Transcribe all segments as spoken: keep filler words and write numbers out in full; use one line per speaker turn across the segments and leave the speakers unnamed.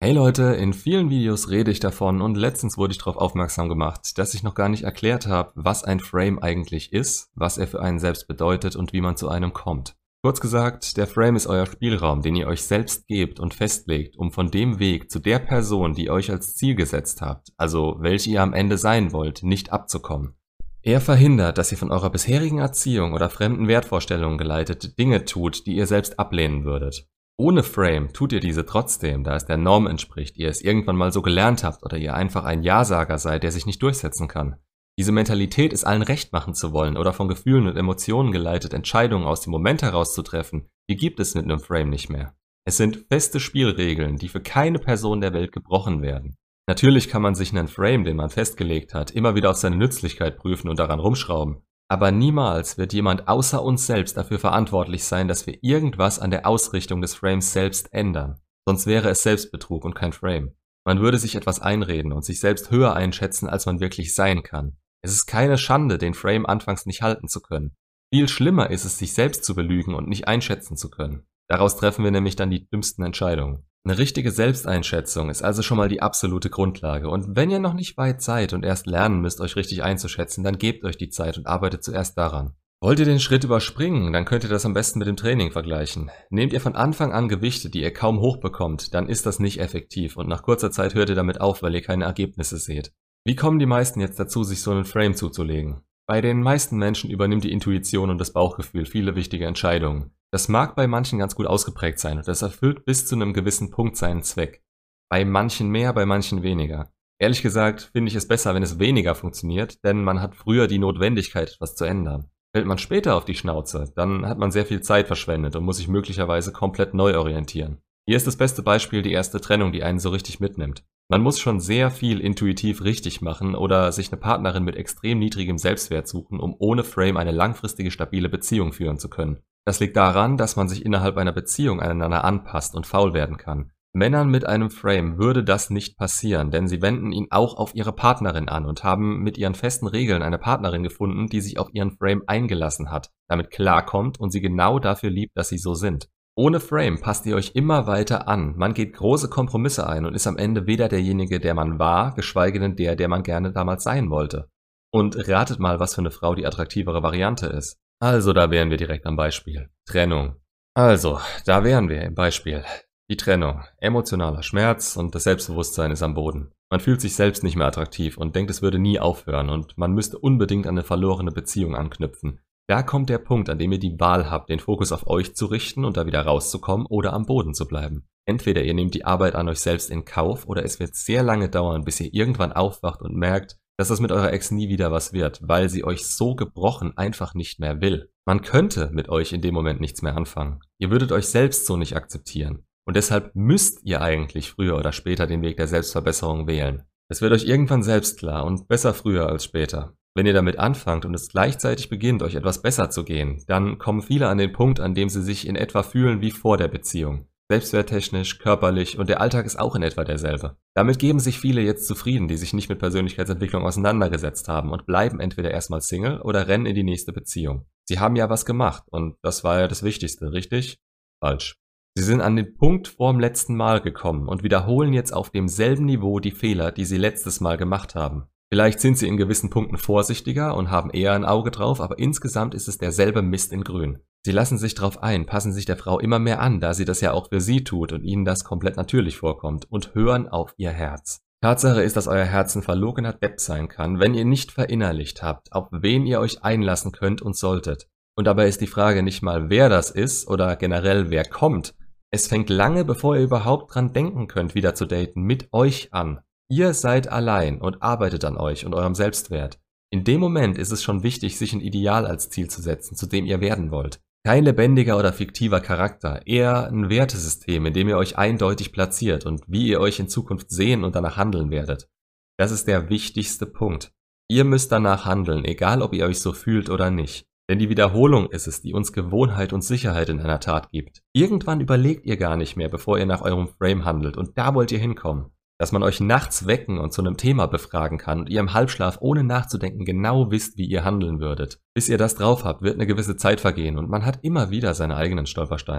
Hey Leute, in vielen Videos rede ich davon und letztens wurde ich darauf aufmerksam gemacht, dass ich noch gar nicht erklärt habe, was ein Frame eigentlich ist, was er für einen selbst bedeutet und wie man zu einem kommt. Kurz gesagt, der Frame ist euer Spielraum, den ihr euch selbst gebt und festlegt, um von dem Weg zu der Person, die ihr euch als Ziel gesetzt habt, also welche ihr am Ende sein wollt, nicht abzukommen. Er verhindert, dass ihr von eurer bisherigen Erziehung oder fremden Wertvorstellungen geleitete Dinge tut, die ihr selbst ablehnen würdet. Ohne Frame tut ihr diese trotzdem, da es der Norm entspricht, ihr es irgendwann mal so gelernt habt oder ihr einfach ein Ja-Sager seid, der sich nicht durchsetzen kann. Diese Mentalität, es allen recht machen zu wollen oder von Gefühlen und Emotionen geleitet Entscheidungen aus dem Moment heraus zu treffen, die gibt es mit einem Frame nicht mehr. Es sind feste Spielregeln, die für keine Person der Welt gebrochen werden. Natürlich kann man sich einen Frame, den man festgelegt hat, immer wieder auf seine Nützlichkeit prüfen und daran rumschrauben. Aber niemals wird jemand außer uns selbst dafür verantwortlich sein, dass wir irgendwas an der Ausrichtung des Frames selbst ändern. Sonst wäre es Selbstbetrug und kein Frame. Man würde sich etwas einreden und sich selbst höher einschätzen, als man wirklich sein kann. Es ist keine Schande, den Frame anfangs nicht halten zu können. Viel schlimmer ist es, sich selbst zu belügen und nicht einschätzen zu können. Daraus treffen wir nämlich dann die dümmsten Entscheidungen. Eine richtige Selbsteinschätzung ist also schon mal die absolute Grundlage. Und wenn ihr noch nicht weit seid und erst lernen müsst, euch richtig einzuschätzen, dann gebt euch die Zeit und arbeitet zuerst daran. Wollt ihr den Schritt überspringen, dann könnt ihr das am besten mit dem Training vergleichen. Nehmt ihr von Anfang an Gewichte, die ihr kaum hochbekommt, dann ist das nicht effektiv und nach kurzer Zeit hört ihr damit auf, weil ihr keine Ergebnisse seht. Wie kommen die meisten jetzt dazu, sich so einen Frame zuzulegen? Bei den meisten Menschen übernimmt die Intuition und das Bauchgefühl viele wichtige Entscheidungen. Das mag bei manchen ganz gut ausgeprägt sein und das erfüllt bis zu einem gewissen Punkt seinen Zweck. Bei manchen mehr, bei manchen weniger. Ehrlich gesagt finde ich es besser, wenn es weniger funktioniert, denn man hat früher die Notwendigkeit, etwas zu ändern. Fällt man später auf die Schnauze, dann hat man sehr viel Zeit verschwendet und muss sich möglicherweise komplett neu orientieren. Hier ist das beste Beispiel die erste Trennung, die einen so richtig mitnimmt. Man muss schon sehr viel intuitiv richtig machen oder sich eine Partnerin mit extrem niedrigem Selbstwert suchen, um ohne Frame eine langfristige stabile Beziehung führen zu können. Das liegt daran, dass man sich innerhalb einer Beziehung aneinander anpasst und faul werden kann. Männern mit einem Frame würde das nicht passieren, denn sie wenden ihn auch auf ihre Partnerin an und haben mit ihren festen Regeln eine Partnerin gefunden, die sich auf ihren Frame eingelassen hat, damit klarkommt und sie genau dafür liebt, dass sie so sind. Ohne Frame passt ihr euch immer weiter an, man geht große Kompromisse ein und ist am Ende weder derjenige, der man war, geschweige denn der, der man gerne damals sein wollte. Und ratet mal, was für eine Frau die attraktivere Variante ist. Also, da wären wir direkt am Beispiel. Trennung. Also, da wären wir im Beispiel. Die Trennung. Emotionaler Schmerz und das Selbstbewusstsein ist am Boden. Man fühlt sich selbst nicht mehr attraktiv und denkt, es würde nie aufhören und man müsste unbedingt an eine verlorene Beziehung anknüpfen. Da kommt der Punkt, an dem ihr die Wahl habt, den Fokus auf euch zu richten und da wieder rauszukommen oder am Boden zu bleiben. Entweder ihr nehmt die Arbeit an euch selbst in Kauf oder es wird sehr lange dauern, bis ihr irgendwann aufwacht und merkt, dass das mit eurer Ex nie wieder was wird, weil sie euch so gebrochen einfach nicht mehr will. Man könnte mit euch in dem Moment nichts mehr anfangen. Ihr würdet euch selbst so nicht akzeptieren. Und deshalb müsst ihr eigentlich früher oder später den Weg der Selbstverbesserung wählen. Es wird euch irgendwann selbst klar und besser früher als später. Wenn ihr damit anfangt und es gleichzeitig beginnt, euch etwas besser zu gehen, dann kommen viele an den Punkt, an dem sie sich in etwa fühlen wie vor der Beziehung. Selbstwerttechnisch, körperlich und der Alltag ist auch in etwa derselbe. Damit geben sich viele jetzt zufrieden, die sich nicht mit Persönlichkeitsentwicklung auseinandergesetzt haben und bleiben entweder erstmal Single oder rennen in die nächste Beziehung. Sie haben ja was gemacht und das war ja das Wichtigste, richtig? Falsch. Sie sind an den Punkt vorm letzten Mal gekommen und wiederholen jetzt auf demselben Niveau die Fehler, die sie letztes Mal gemacht haben. Vielleicht sind sie in gewissen Punkten vorsichtiger und haben eher ein Auge drauf, aber insgesamt ist es derselbe Mist in Grün. Sie lassen sich drauf ein, passen sich der Frau immer mehr an, da sie das ja auch für sie tut und ihnen das komplett natürlich vorkommt und hören auf ihr Herz. Tatsache ist, dass euer Herz ein verlogener Depp sein kann, wenn ihr nicht verinnerlicht habt, auf wen ihr euch einlassen könnt und solltet. Und dabei ist die Frage nicht mal, wer das ist oder generell wer kommt. Es fängt lange, bevor ihr überhaupt dran denken könnt, wieder zu daten, mit euch an. Ihr seid allein und arbeitet an euch und eurem Selbstwert. In dem Moment ist es schon wichtig, sich ein Ideal als Ziel zu setzen, zu dem ihr werden wollt. Kein lebendiger oder fiktiver Charakter, eher ein Wertesystem, in dem ihr euch eindeutig platziert und wie ihr euch in Zukunft sehen und danach handeln werdet. Das ist der wichtigste Punkt. Ihr müsst danach handeln, egal ob ihr euch so fühlt oder nicht. Denn die Wiederholung ist es, die uns Gewohnheit und Sicherheit in einer Tat gibt. Irgendwann überlegt ihr gar nicht mehr, bevor ihr nach eurem Frame handelt und da wollt ihr hinkommen. Dass man euch nachts wecken und zu einem Thema befragen kann und ihr im Halbschlaf ohne nachzudenken genau wisst, wie ihr handeln würdet. Bis ihr das drauf habt, wird eine gewisse Zeit vergehen und man hat immer wieder seine eigenen Stolpersteine.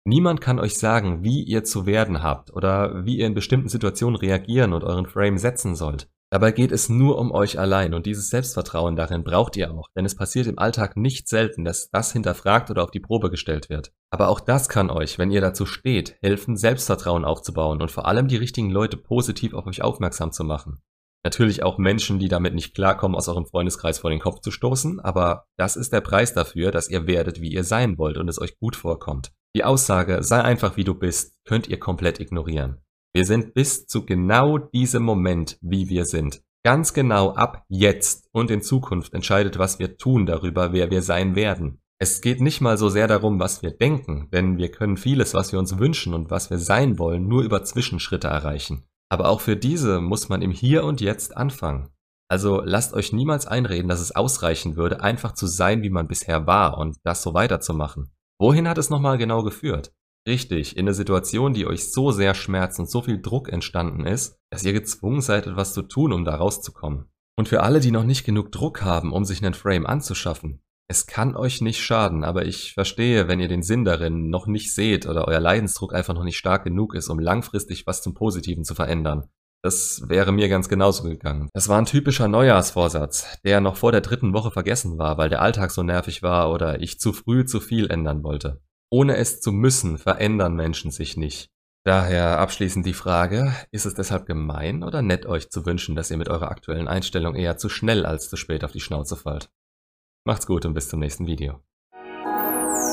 Niemand kann euch sagen, wie ihr zu werden habt oder wie ihr in bestimmten Situationen reagieren und euren Frame setzen sollt. Dabei geht es nur um euch allein und dieses Selbstvertrauen darin braucht ihr auch, denn es passiert im Alltag nicht selten, dass das hinterfragt oder auf die Probe gestellt wird. Aber auch das kann euch, wenn ihr dazu steht, helfen, Selbstvertrauen aufzubauen und vor allem die richtigen Leute positiv auf euch aufmerksam zu machen. Natürlich auch Menschen, die damit nicht klarkommen, aus eurem Freundeskreis vor den Kopf zu stoßen, aber das ist der Preis dafür, dass ihr werdet, wie ihr sein wollt und es euch gut vorkommt. Die Aussage, sei einfach wie du bist, könnt ihr komplett ignorieren. Wir sind bis zu genau diesem Moment, wie wir sind. Ganz genau ab jetzt und in Zukunft entscheidet, was wir tun darüber, wer wir sein werden. Es geht nicht mal so sehr darum, was wir denken, denn wir können vieles, was wir uns wünschen und was wir sein wollen, nur über Zwischenschritte erreichen. Aber auch für diese muss man im Hier und Jetzt anfangen. Also lasst euch niemals einreden, dass es ausreichen würde, einfach zu sein, wie man bisher war und das so weiterzumachen. Wohin hat es nochmal genau geführt? Richtig, in eine Situation, die euch so sehr schmerzt und so viel Druck entstanden ist, dass ihr gezwungen seid, etwas zu tun, um da rauszukommen. Und für alle, die noch nicht genug Druck haben, um sich einen Frame anzuschaffen, es kann euch nicht schaden, aber ich verstehe, wenn ihr den Sinn darin noch nicht seht oder euer Leidensdruck einfach noch nicht stark genug ist, um langfristig was zum Positiven zu verändern. Das wäre mir ganz genauso gegangen. Das war ein typischer Neujahrsvorsatz, der noch vor der dritten Woche vergessen war, weil der Alltag so nervig war oder ich zu früh zu viel ändern wollte. Ohne es zu müssen, verändern Menschen sich nicht. Daher abschließend die Frage, ist es deshalb gemein oder nett, euch zu wünschen, dass ihr mit eurer aktuellen Einstellung eher zu schnell als zu spät auf die Schnauze fallt? Macht's gut und bis zum nächsten Video.